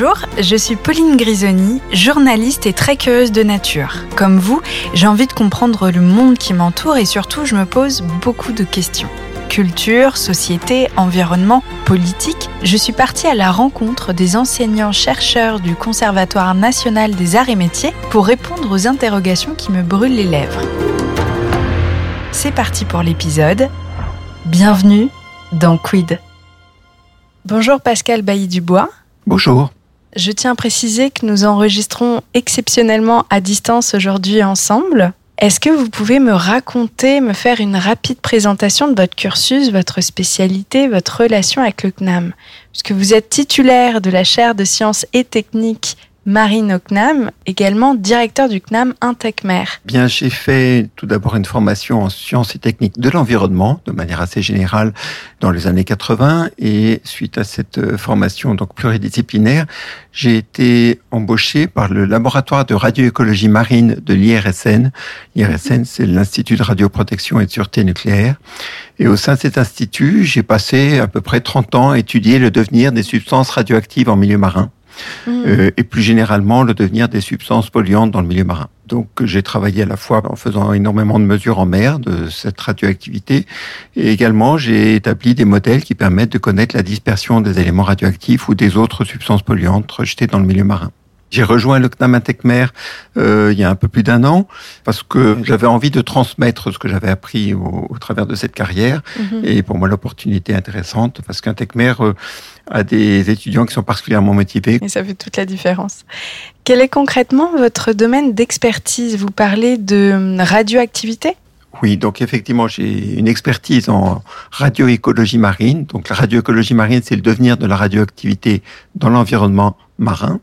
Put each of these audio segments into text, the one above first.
Bonjour, je suis Pauline Grisoni, journaliste et très curieuse de nature. Comme vous, j'ai envie de comprendre le monde qui m'entoure et surtout je me pose beaucoup de questions. Culture, société, environnement, politique, je suis partie à la rencontre des enseignants-chercheurs du Conservatoire national des arts et métiers pour répondre aux interrogations qui me brûlent les lèvres. C'est parti pour l'épisode. Bienvenue dans Quid. Bonjour Pascal Bailly-Dubois. Bonjour. Je tiens à préciser que nous enregistrons exceptionnellement à distance aujourd'hui ensemble. Est-ce que vous pouvez me faire une rapide présentation de votre cursus, votre spécialité, votre relation avec le CNAM ? Puisque vous êtes titulaire de la chaire de sciences et techniques marine au CNAM, également directeur du CNAM Intecmer. Bien, j'ai fait tout d'abord une formation en sciences et techniques de l'environnement, de manière assez générale, dans les années 80. Et suite à cette formation donc pluridisciplinaire, j'ai été embauché par le laboratoire de radioécologie marine de l'IRSN. L'IRSN, c'est l'Institut de radioprotection et de sûreté nucléaire. Et au sein de cet institut, j'ai passé à peu près 30 ans à étudier le devenir des substances radioactives en milieu marin. Et plus généralement le devenir des substances polluantes dans le milieu marin. Donc j'ai travaillé à la fois en faisant énormément de mesures en mer de cette radioactivité et également j'ai établi des modèles qui permettent de connaître la dispersion des éléments radioactifs ou des autres substances polluantes rejetées dans le milieu marin. J'ai rejoint le CNAM Intecmer il y a un peu plus d'1 an parce que j'avais envie de transmettre ce que j'avais appris au travers de cette carrière. Et pour moi, l'opportunité est intéressante parce qu'Intecmer a des étudiants qui sont particulièrement motivés. Et ça fait toute la différence. Quel est concrètement votre domaine d'expertise ? Vous parlez de radioactivité ? Oui, donc effectivement, j'ai une expertise en radioécologie marine. Donc la radioécologie marine, c'est le devenir de la radioactivité dans l'environnement marin.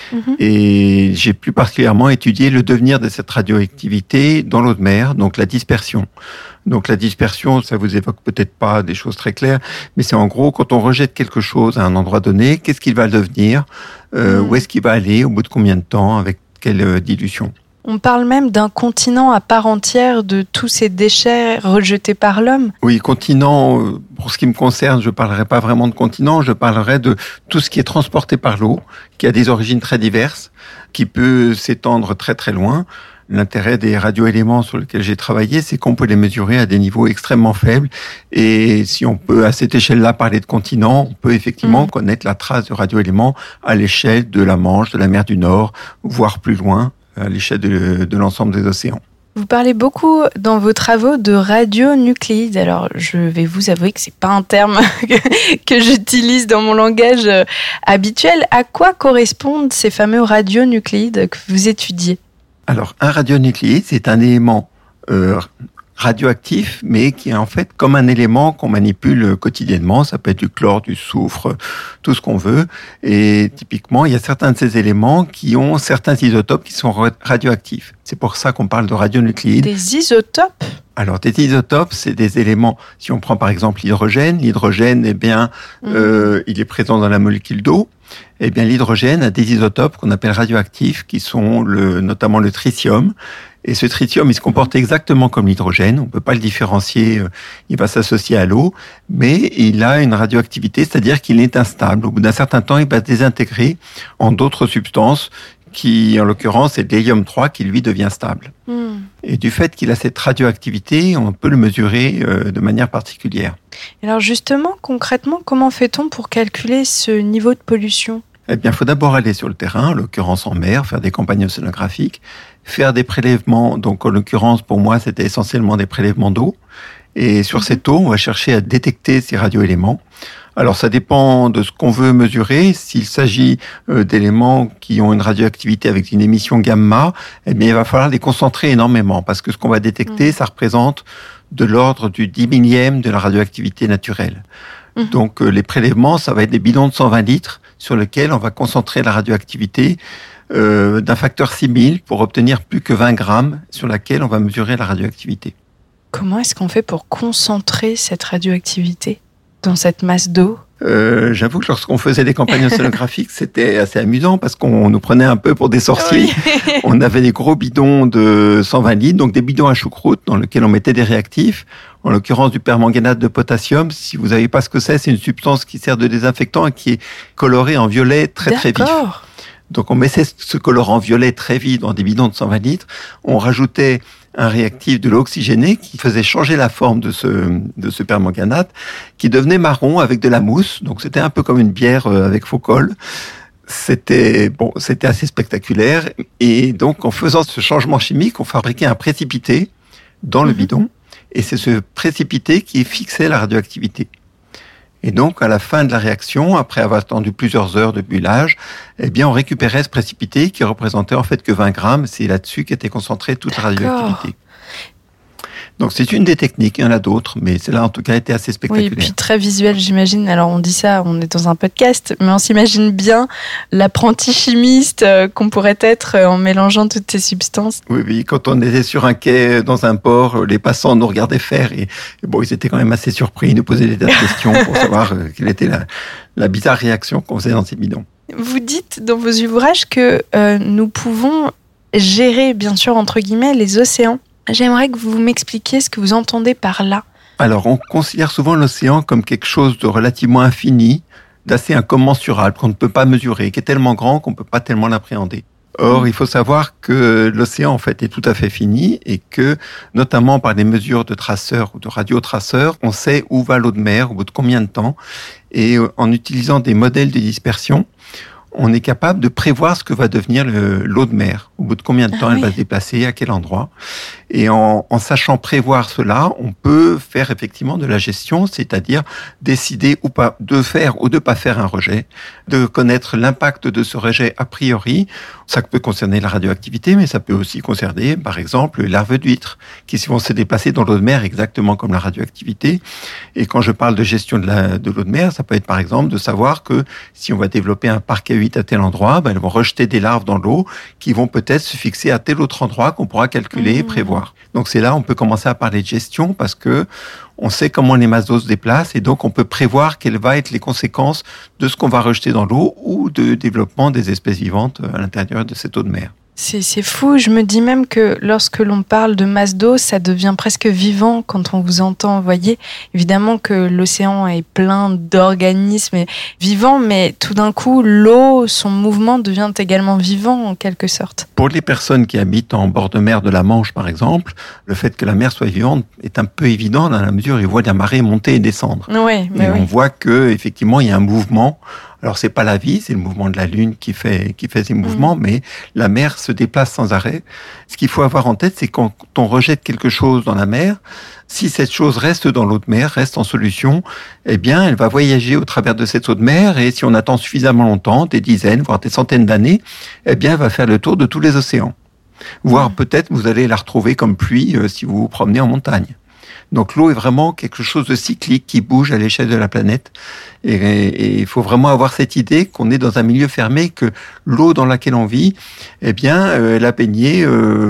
Et j'ai plus particulièrement étudié le devenir de cette radioactivité dans l'eau de mer, donc la dispersion. Donc la dispersion, ça vous évoque peut-être pas des choses très claires, mais c'est en gros quand on rejette quelque chose à un endroit donné, qu'est-ce qu'il va devenir, où est-ce qu'il va aller, au bout de combien de temps, avec quelle dilution. On parle même d'un continent à part entière de tous ces déchets rejetés par l'homme. Oui, continent, pour ce qui me concerne, je ne parlerai pas vraiment de continent, je parlerai de tout ce qui est transporté par l'eau, qui a des origines très diverses, qui peut s'étendre très très loin. L'intérêt des radioéléments sur lesquels j'ai travaillé, c'est qu'on peut les mesurer à des niveaux extrêmement faibles. Et si on peut, à cette échelle-là, parler de continent, on peut effectivement connaître la trace de radioéléments à l'échelle de la Manche, de la mer du Nord, voire plus loin, à l'échelle de l'ensemble des océans. Vous parlez beaucoup dans vos travaux de radionucléides. Alors, je vais vous avouer que c'est pas un terme que j'utilise dans mon langage habituel. À quoi correspondent ces fameux radionucléides que vous étudiez ? Alors, un radionucléide, c'est un élément radioactif, mais qui est en fait comme un élément qu'on manipule quotidiennement. Ça peut être du chlore, du soufre, tout ce qu'on veut. Et typiquement, il y a certains de ces éléments qui ont certains isotopes qui sont radioactifs. C'est pour ça qu'on parle de radionucléides. Des isotopes ? Alors, des isotopes, c'est des éléments, si on prend par exemple l'hydrogène, eh bien, il est présent dans la molécule d'eau. Eh bien, l'hydrogène a des isotopes qu'on appelle radioactifs, qui sont notamment le tritium. Et ce tritium, il se comporte exactement comme l'hydrogène. On peut pas le différencier. Il va s'associer à l'eau, mais il a une radioactivité, c'est-à-dire qu'il est instable. Au bout d'un certain temps, il va se désintégrer en d'autres substances qui, en l'occurrence, est de l'hélium-3 qui, lui, devient stable. Et du fait qu'il a cette radioactivité, on peut le mesurer de manière particulière. Alors justement, concrètement, comment fait-on pour calculer ce niveau de pollution ? Eh bien, il faut d'abord aller sur le terrain, en l'occurrence en mer, faire des campagnes océanographiques, faire des prélèvements. Donc, en l'occurrence, pour moi, c'était essentiellement des prélèvements d'eau. Et sur cette eau, on va chercher à détecter ces radioéléments. Alors, ça dépend de ce qu'on veut mesurer. S'il s'agit d'éléments qui ont une radioactivité avec une émission gamma, eh bien, il va falloir les concentrer énormément parce que ce qu'on va détecter, ça représente de l'ordre du 10 millième de la radioactivité naturelle. Donc, les prélèvements, ça va être des bidons de 120 litres sur lesquels on va concentrer la radioactivité d'un facteur 6000 pour obtenir plus que 20 grammes sur laquelle on va mesurer la radioactivité. Comment est-ce qu'on fait pour concentrer cette radioactivité dans cette masse d'eau ? J'avoue que lorsqu'on faisait des campagnes océanographiques, c'était assez amusant parce qu'on nous prenait un peu pour des sorciers. Oui. On avait des gros bidons de 120 litres, donc des bidons à choucroute dans lesquels on mettait des réactifs, en l'occurrence du permanganate de potassium. Si vous savez pas ce que c'est une substance qui sert de désinfectant et qui est colorée en violet très vif. Donc on mettait ce colorant violet très vif dans des bidons de 120 litres. On rajoutait un réactif de l'eau oxygénée qui faisait changer la forme de ce permanganate, qui devenait marron avec de la mousse. Donc c'était un peu comme une bière avec faux col. C'était assez spectaculaire. Et donc en faisant ce changement chimique, on fabriquait un précipité dans le bidon. Et c'est ce précipité qui fixait la radioactivité. Et donc, à la fin de la réaction, après avoir attendu plusieurs heures de bullage, eh bien, on récupérait ce précipité qui représentait en fait que 20 grammes. C'est là-dessus qu'était concentrée toute la radioactivité. Donc, c'est une des techniques. Il y en a d'autres, mais celle-là, en tout cas, était assez spectaculaire. Oui, et puis très visuel, j'imagine. Alors, on dit ça, on est dans un podcast, mais on s'imagine bien l'apprenti chimiste qu'on pourrait être en mélangeant toutes ces substances. Oui, quand on était sur un quai, dans un port, les passants nous regardaient faire et bon, ils étaient quand même assez surpris. Ils nous posaient des tas de questions pour savoir quelle était la bizarre réaction qu'on faisait dans ces bidons. Vous dites dans vos ouvrages que nous pouvons gérer, bien sûr, entre guillemets, les océans. J'aimerais que vous m'expliquiez ce que vous entendez par là. Alors, on considère souvent l'océan comme quelque chose de relativement infini, d'assez incommensurable, qu'on ne peut pas mesurer, qui est tellement grand qu'on ne peut pas tellement l'appréhender. Or, il faut savoir que l'océan, en fait, est tout à fait fini et que, notamment par des mesures de traceurs ou de radiotraceurs, on sait où va l'eau de mer, au bout de combien de temps. Et en utilisant des modèles de dispersion, on est capable de prévoir ce que va devenir l'eau de mer, au bout de combien de temps elle va se déplacer, à quel endroit. Et en sachant prévoir cela, on peut faire effectivement de la gestion, c'est-à-dire décider ou pas de faire ou de pas faire un rejet, de connaître l'impact de ce rejet a priori. Ça peut concerner la radioactivité, mais ça peut aussi concerner, par exemple, les larves d'huîtres, qui vont se déplacer dans l'eau de mer exactement comme la radioactivité. Et quand je parle de gestion de l'eau de mer, ça peut être par exemple de savoir que si on va développer un parc à huîtres à tel endroit, elles vont rejeter des larves dans l'eau qui vont peut-être se fixer à tel autre endroit qu'on pourra calculer et prévoir. Donc c'est là on peut commencer à parler de gestion parce que on sait comment les masses d'eau se déplacent et donc on peut prévoir quelles vont être les conséquences de ce qu'on va rejeter dans l'eau ou de développement des espèces vivantes à l'intérieur de cette eau de mer. C'est fou, je me dis même que lorsque l'on parle de masse d'eau, ça devient presque vivant quand on vous entend. Vous voyez, évidemment que l'océan est plein d'organismes vivants, mais tout d'un coup, l'eau, son mouvement devient également vivant en quelque sorte. Pour les personnes qui habitent en bord de mer de la Manche, par exemple, le fait que la mer soit vivante est un peu évident dans la mesure où ils voient la marée monter et descendre. Oui, mais on voit que effectivement il y a un mouvement. Alors c'est pas la vie, c'est le mouvement de la Lune qui fait ces mouvements, mais la mer se déplace sans arrêt. Ce qu'il faut avoir en tête, c'est quand on rejette quelque chose dans la mer, si cette chose reste dans l'eau de mer, reste en solution, eh bien elle va voyager au travers de cette eau de mer et si on attend suffisamment longtemps, des dizaines, voire des centaines d'années, eh bien elle va faire le tour de tous les océans. Voire peut-être vous allez la retrouver comme pluie si vous vous promenez en montagne. Donc l'eau est vraiment quelque chose de cyclique qui bouge à l'échelle de la planète. Et il faut vraiment avoir cette idée qu'on est dans un milieu fermé, que l'eau dans laquelle on vit, eh bien, elle a baigné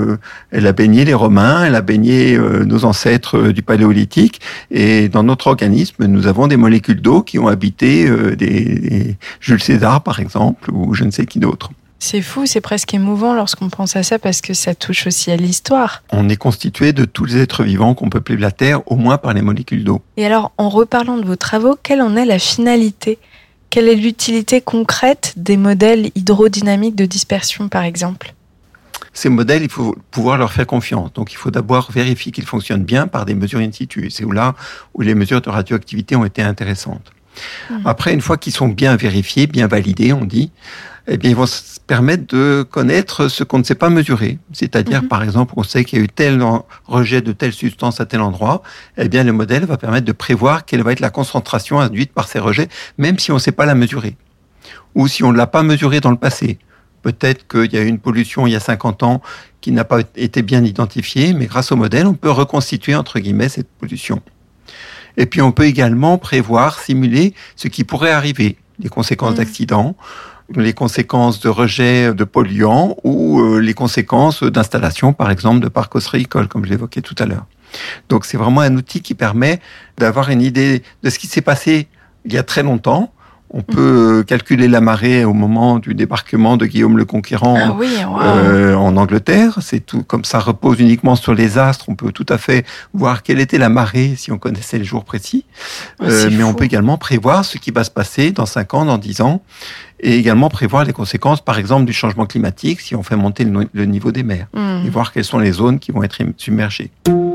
les Romains, elle a baigné nos ancêtres du Paléolithique. Et dans notre organisme, nous avons des molécules d'eau qui ont habité des Jules César, par exemple, ou je ne sais qui d'autre. C'est fou, c'est presque émouvant lorsqu'on pense à ça parce que ça touche aussi à l'histoire. On est constitué de tous les êtres vivants qu'on peuple la Terre, au moins par les molécules d'eau. Et alors, en reparlant de vos travaux, quelle en est la finalité ? Quelle est l'utilité concrète des modèles hydrodynamiques de dispersion, par exemple ? Ces modèles, il faut pouvoir leur faire confiance. Donc, il faut d'abord vérifier qu'ils fonctionnent bien par des mesures in situ. Et c'est là où les mesures de radioactivité ont été intéressantes. Après, une fois qu'ils sont bien vérifiés, bien validés, on dit, eh bien, ils vont se permettre de connaître ce qu'on ne sait pas mesurer. C'est-à-dire, par exemple, on sait qu'il y a eu tel rejet de telle substance à tel endroit, eh bien, le modèle va permettre de prévoir quelle va être la concentration induite par ces rejets, même si on ne sait pas la mesurer. Ou si on ne l'a pas mesurée dans le passé. Peut-être qu'il y a eu une pollution il y a 50 ans qui n'a pas été bien identifiée, mais grâce au modèle, on peut reconstituer, entre guillemets, cette pollution. Et puis, on peut également prévoir, simuler ce qui pourrait arriver, les conséquences d'accidents, les conséquences de rejet de polluants ou les conséquences d'installation, par exemple, de parcs ostréicoles, comme je l'évoquais tout à l'heure. Donc, c'est vraiment un outil qui permet d'avoir une idée de ce qui s'est passé il y a très longtemps. On peut calculer la marée au moment du débarquement de Guillaume le Conquérant en Angleterre. C'est tout, comme ça repose uniquement sur les astres. On peut tout à fait voir quelle était la marée si on connaissait les jours précis. Mais on peut également prévoir ce qui va se passer dans 5 ans, dans 10 ans. Et également prévoir les conséquences, par exemple, du changement climatique si on fait monter le niveau des mers. Et voir quelles sont les zones qui vont être submergées.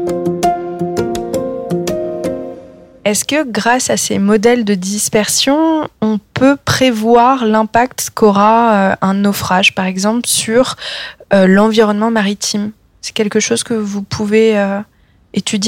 Est-ce que grâce à ces modèles de dispersion, on peut prévoir l'impact qu'aura un naufrage, par exemple, sur l'environnement maritime ? C'est quelque chose que vous pouvez étudier ?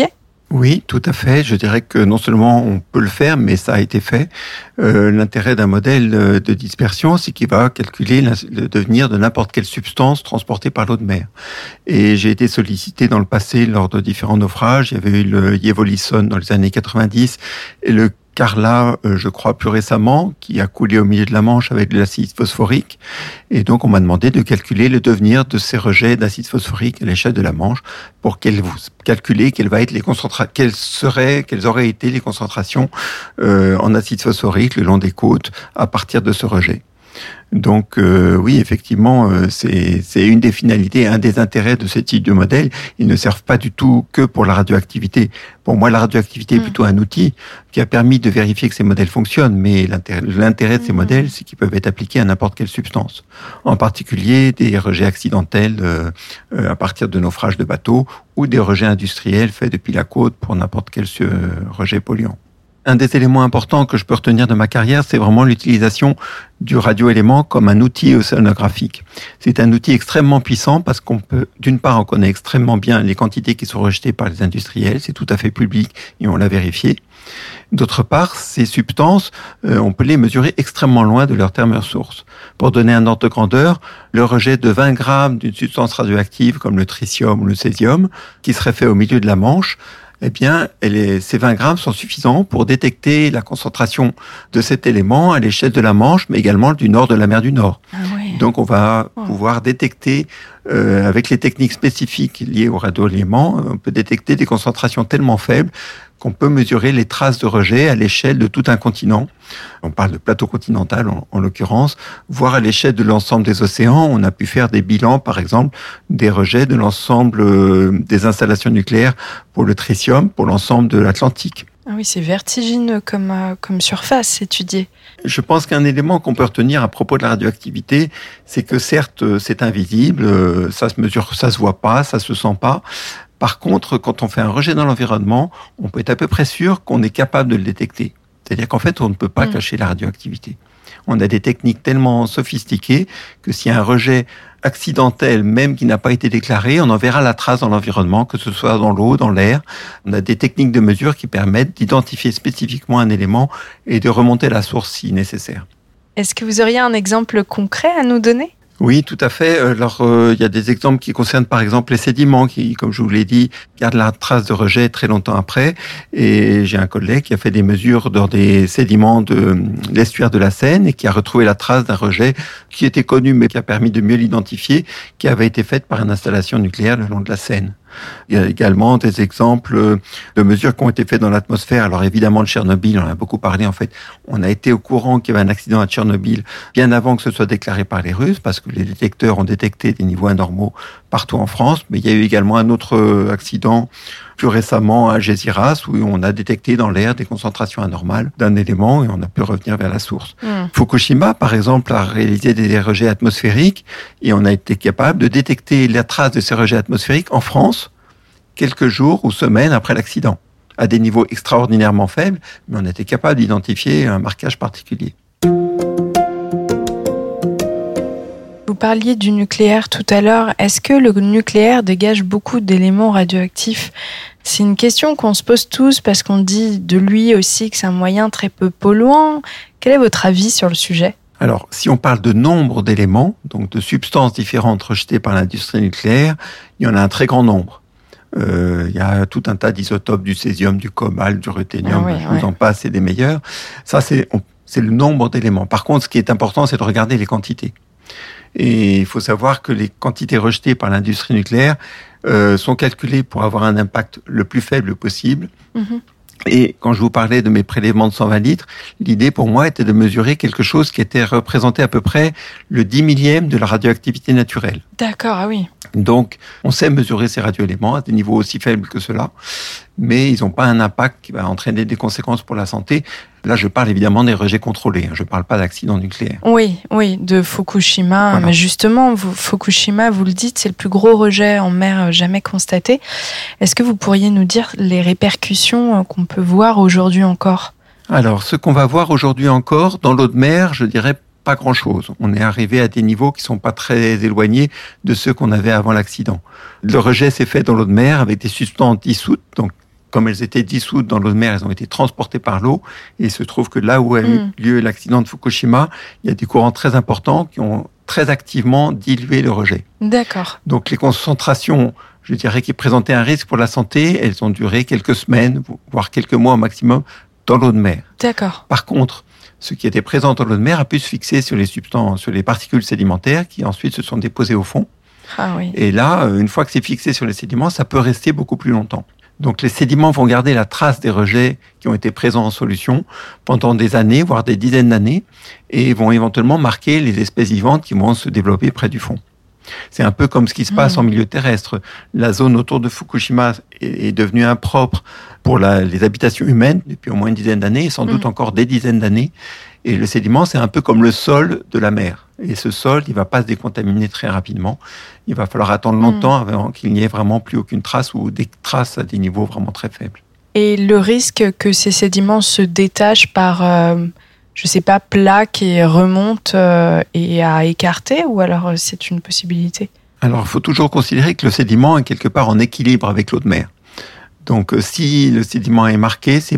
Oui, tout à fait. Je dirais que non seulement on peut le faire, mais ça a été fait. L'intérêt d'un modèle de dispersion, c'est qu'il va calculer le devenir de n'importe quelle substance transportée par l'eau de mer. Et j'ai été sollicité dans le passé lors de différents naufrages. Il y avait eu le Yevolison dans les années 90 et le Carla, je crois plus récemment, qui a coulé au milieu de la Manche avec de l'acide phosphorique. Et donc, on m'a demandé de calculer le devenir de ces rejets d'acide phosphorique à l'échelle de la Manche pour calculer quelles auraient été les concentrations en acide phosphorique le long des côtes à partir de ce rejet. Donc oui, effectivement, c'est une des finalités, un des intérêts de ce type de modèle. Ils ne servent pas du tout que pour la radioactivité. Pour moi, la radioactivité est plutôt un outil qui a permis de vérifier que ces modèles fonctionnent. Mais l'intérêt de ces modèles, c'est qu'ils peuvent être appliqués à n'importe quelle substance. En particulier des rejets accidentels à partir de naufrages de bateaux ou des rejets industriels faits depuis la côte pour n'importe quel rejet polluant. Un des éléments importants que je peux retenir de ma carrière, c'est vraiment l'utilisation du radioélément comme un outil océanographique. C'est un outil extrêmement puissant parce qu'on peut, d'une part, on connaît extrêmement bien les quantités qui sont rejetées par les industriels, c'est tout à fait public et on l'a vérifié. D'autre part, ces substances, on peut les mesurer extrêmement loin de leur terme source. Pour donner un ordre de grandeur, le rejet de 20 grammes d'une substance radioactive comme le tritium ou le césium, qui serait fait au milieu de la Manche, eh bien, ces 20 grammes sont suffisants pour détecter la concentration de cet élément à l'échelle de la Manche, mais également du nord de la mer du Nord. Ah oui. Donc, on va pouvoir détecter, avec les techniques spécifiques liées au radioélément, on peut détecter des concentrations tellement faibles qu'on peut mesurer les traces de rejet à l'échelle de tout un continent. On parle de plateau continental en l'occurrence, voire à l'échelle de l'ensemble des océans. On a pu faire des bilans, par exemple, des rejets de l'ensemble des installations nucléaires pour le tritium, pour l'ensemble de l'Atlantique. Ah oui, c'est vertigineux comme surface étudiée. Je pense qu'un élément qu'on peut retenir à propos de la radioactivité, c'est que certes, c'est invisible, ça se mesure, ça se voit pas, ça se sent pas. Par contre, quand on fait un rejet dans l'environnement, on peut être à peu près sûr qu'on est capable de le détecter. C'est-à-dire qu'en fait, on ne peut pas cacher la radioactivité. On a des techniques tellement sophistiquées que s'il y a un rejet accidentel, même qui n'a pas été déclaré, on en verra la trace dans l'environnement, que ce soit dans l'eau, dans l'air. On a des techniques de mesure qui permettent d'identifier spécifiquement un élément et de remonter la source si nécessaire. Est-ce que vous auriez un exemple concret à nous donner ? Oui, tout à fait. Alors, il y a des exemples qui concernent par exemple les sédiments qui, comme je vous l'ai dit, gardent la trace de rejet très longtemps après. Et j'ai un collègue qui a fait des mesures dans des sédiments de l'estuaire de la Seine et qui a retrouvé la trace d'un rejet qui était connu mais qui a permis de mieux l'identifier, qui avait été faite par une installation nucléaire le long de la Seine. Il y a également des exemples de mesures qui ont été faites dans l'atmosphère. Alors évidemment, de Tchernobyl, on en a beaucoup parlé. En fait, on a été au courant qu'il y avait un accident à Tchernobyl bien avant que ce soit déclaré par les Russes, parce que les détecteurs ont détecté des niveaux anormaux partout en France. Mais il y a eu également un autre accident plus récemment à Algeciras, où on a détecté dans l'air des concentrations anormales d'un élément et on a pu revenir vers la source. Fukushima, par exemple, a réalisé des rejets atmosphériques et on a été capable de détecter la trace de ces rejets atmosphériques en France quelques jours ou semaines après l'accident, à des niveaux extraordinairement faibles, mais on était capable d'identifier un marquage particulier. Vous parliez du nucléaire tout à l'heure. Est-ce que le nucléaire dégage beaucoup d'éléments radioactifs ? C'est une question qu'on se pose tous parce qu'on dit de lui aussi que c'est un moyen très peu polluant. Quel est votre avis sur le sujet ? Alors, si on parle de nombre d'éléments, donc de substances différentes rejetées par l'industrie nucléaire, il y en a un très grand nombre. Il y a tout un tas d'isotopes du césium, du cobalt, du ruthénium, je vous en passe, et des meilleurs. Ça, c'est le nombre d'éléments. Par contre, ce qui est important, c'est de regarder les quantités. Et il faut savoir que les quantités rejetées par l'industrie nucléaire sont calculées pour avoir un impact le plus faible possible. Et quand je vous parlais de mes prélèvements de 120 litres, l'idée pour moi était de mesurer quelque chose qui était représenté à peu près le 10 millième de la radioactivité naturelle. D'accord, ah oui. Donc, on sait mesurer ces radioéléments à des niveaux aussi faibles que cela, mais ils n'ont pas un impact qui va entraîner des conséquences pour la santé. Là, je parle évidemment des rejets contrôlés, je ne parle pas d'accidents nucléaires. Oui, de Fukushima. Voilà. Mais justement, Fukushima, vous le dites, c'est le plus gros rejet en mer jamais constaté. Est-ce que vous pourriez nous dire les répercussions qu'on peut voir aujourd'hui encore ? Alors, ce qu'on va voir aujourd'hui encore dans l'eau de mer, je dirais pas grand-chose. On est arrivé à des niveaux qui sont pas très éloignés de ceux qu'on avait avant l'accident. Le rejet s'est fait dans l'eau de mer avec des substances dissoutes. Donc, comme elles étaient dissoutes dans l'eau de mer, elles ont été transportées par l'eau. Et il se trouve que là où a eu lieu l'accident de Fukushima, il y a des courants très importants qui ont très activement dilué le rejet. D'accord. Donc, les concentrations, je dirais, qui présentaient un risque pour la santé, elles ont duré quelques semaines, voire quelques mois au maximum, dans l'eau de mer. D'accord. Par contre, ce qui était présent dans l'eau de mer a pu se fixer sur les substances, sur les particules sédimentaires qui ensuite se sont déposées au fond. Ah oui. Et là, une fois que c'est fixé sur les sédiments, ça peut rester beaucoup plus longtemps. Donc les sédiments vont garder la trace des rejets qui ont été présents en solution pendant des années, voire des dizaines d'années, et vont éventuellement marquer les espèces vivantes qui vont se développer près du fond. C'est un peu comme ce qui se passe en milieu terrestre. La zone autour de Fukushima est devenue impropre pour les habitations humaines depuis au moins une dizaine d'années, et sans doute encore des dizaines d'années. Et le sédiment, c'est un peu comme le sol de la mer. Et ce sol, il ne va pas se décontaminer très rapidement. Il va falloir attendre longtemps avant qu'il n'y ait vraiment plus aucune trace ou des traces à des niveaux vraiment très faibles. Et le risque que ces sédiments se détachent par, plaques et remontent et à écarter, ou alors c'est une possibilité ? Alors, il faut toujours considérer que le sédiment est quelque part en équilibre avec l'eau de mer. Donc, si le sédiment est marqué, s'il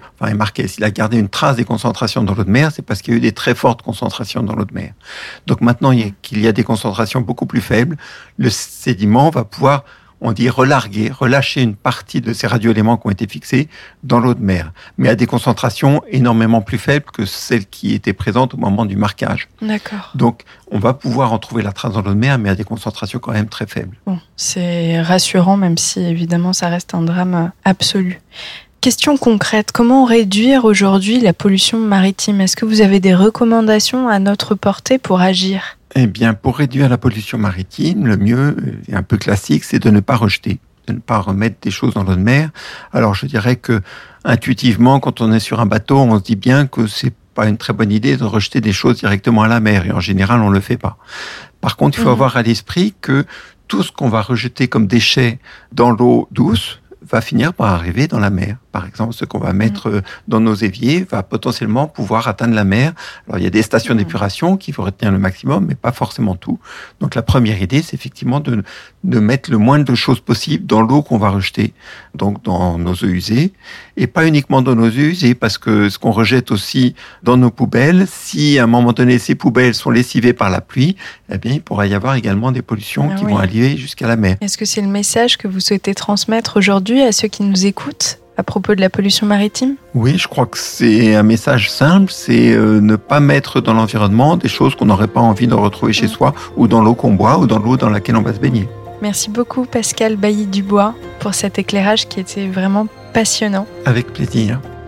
a gardé une trace des concentrations dans l'eau de mer, c'est parce qu'il y a eu des très fortes concentrations dans l'eau de mer. Donc, maintenant qu'il y a des concentrations beaucoup plus faibles, le sédiment va pouvoir, on dit, relâcher une partie de ces radioéléments qui ont été fixés dans l'eau de mer, mais à des concentrations énormément plus faibles que celles qui étaient présentes au moment du marquage. D'accord. Donc, on va pouvoir en trouver la trace dans l'eau de mer, mais à des concentrations quand même très faibles. Bon, c'est rassurant, même si évidemment ça reste un drame absolu. Question concrète, comment réduire aujourd'hui la pollution maritime ? Est-ce que vous avez des recommandations à notre portée pour agir ? Eh bien, pour réduire la pollution maritime, le mieux, et un peu classique, c'est de ne pas rejeter, de ne pas remettre des choses dans l'eau de mer. Alors, je dirais que intuitivement, quand on est sur un bateau, on se dit bien que c'est pas une très bonne idée de rejeter des choses directement à la mer. Et en général, on le fait pas. Par contre, il faut avoir à l'esprit que tout ce qu'on va rejeter comme déchets dans l'eau douce va finir par arriver dans la mer. Par exemple, ce qu'on va mettre dans nos éviers va potentiellement pouvoir atteindre la mer. Alors, il y a des stations d'épuration qu'il faut retenir le maximum, mais pas forcément tout. Donc, la première idée, c'est effectivement de mettre le moins de choses possible dans l'eau qu'on va rejeter, donc dans nos eaux usées, et pas uniquement dans nos eaux usées, parce que ce qu'on rejette aussi dans nos poubelles, si à un moment donné, ces poubelles sont lessivées par la pluie, eh bien, il pourra y avoir également des pollutions qui vont aller jusqu'à la mer. Est-ce que c'est le message que vous souhaitez transmettre aujourd'hui à ceux qui nous écoutent à propos de la pollution maritime ? Oui, je crois que c'est un message simple, c'est ne pas mettre dans l'environnement des choses qu'on n'aurait pas envie de retrouver chez soi, ou dans l'eau qu'on boit, ou dans l'eau dans laquelle on va se baigner. Merci beaucoup Pascal Bailly-Dubois pour cet éclairage qui était vraiment passionnant. Avec plaisir.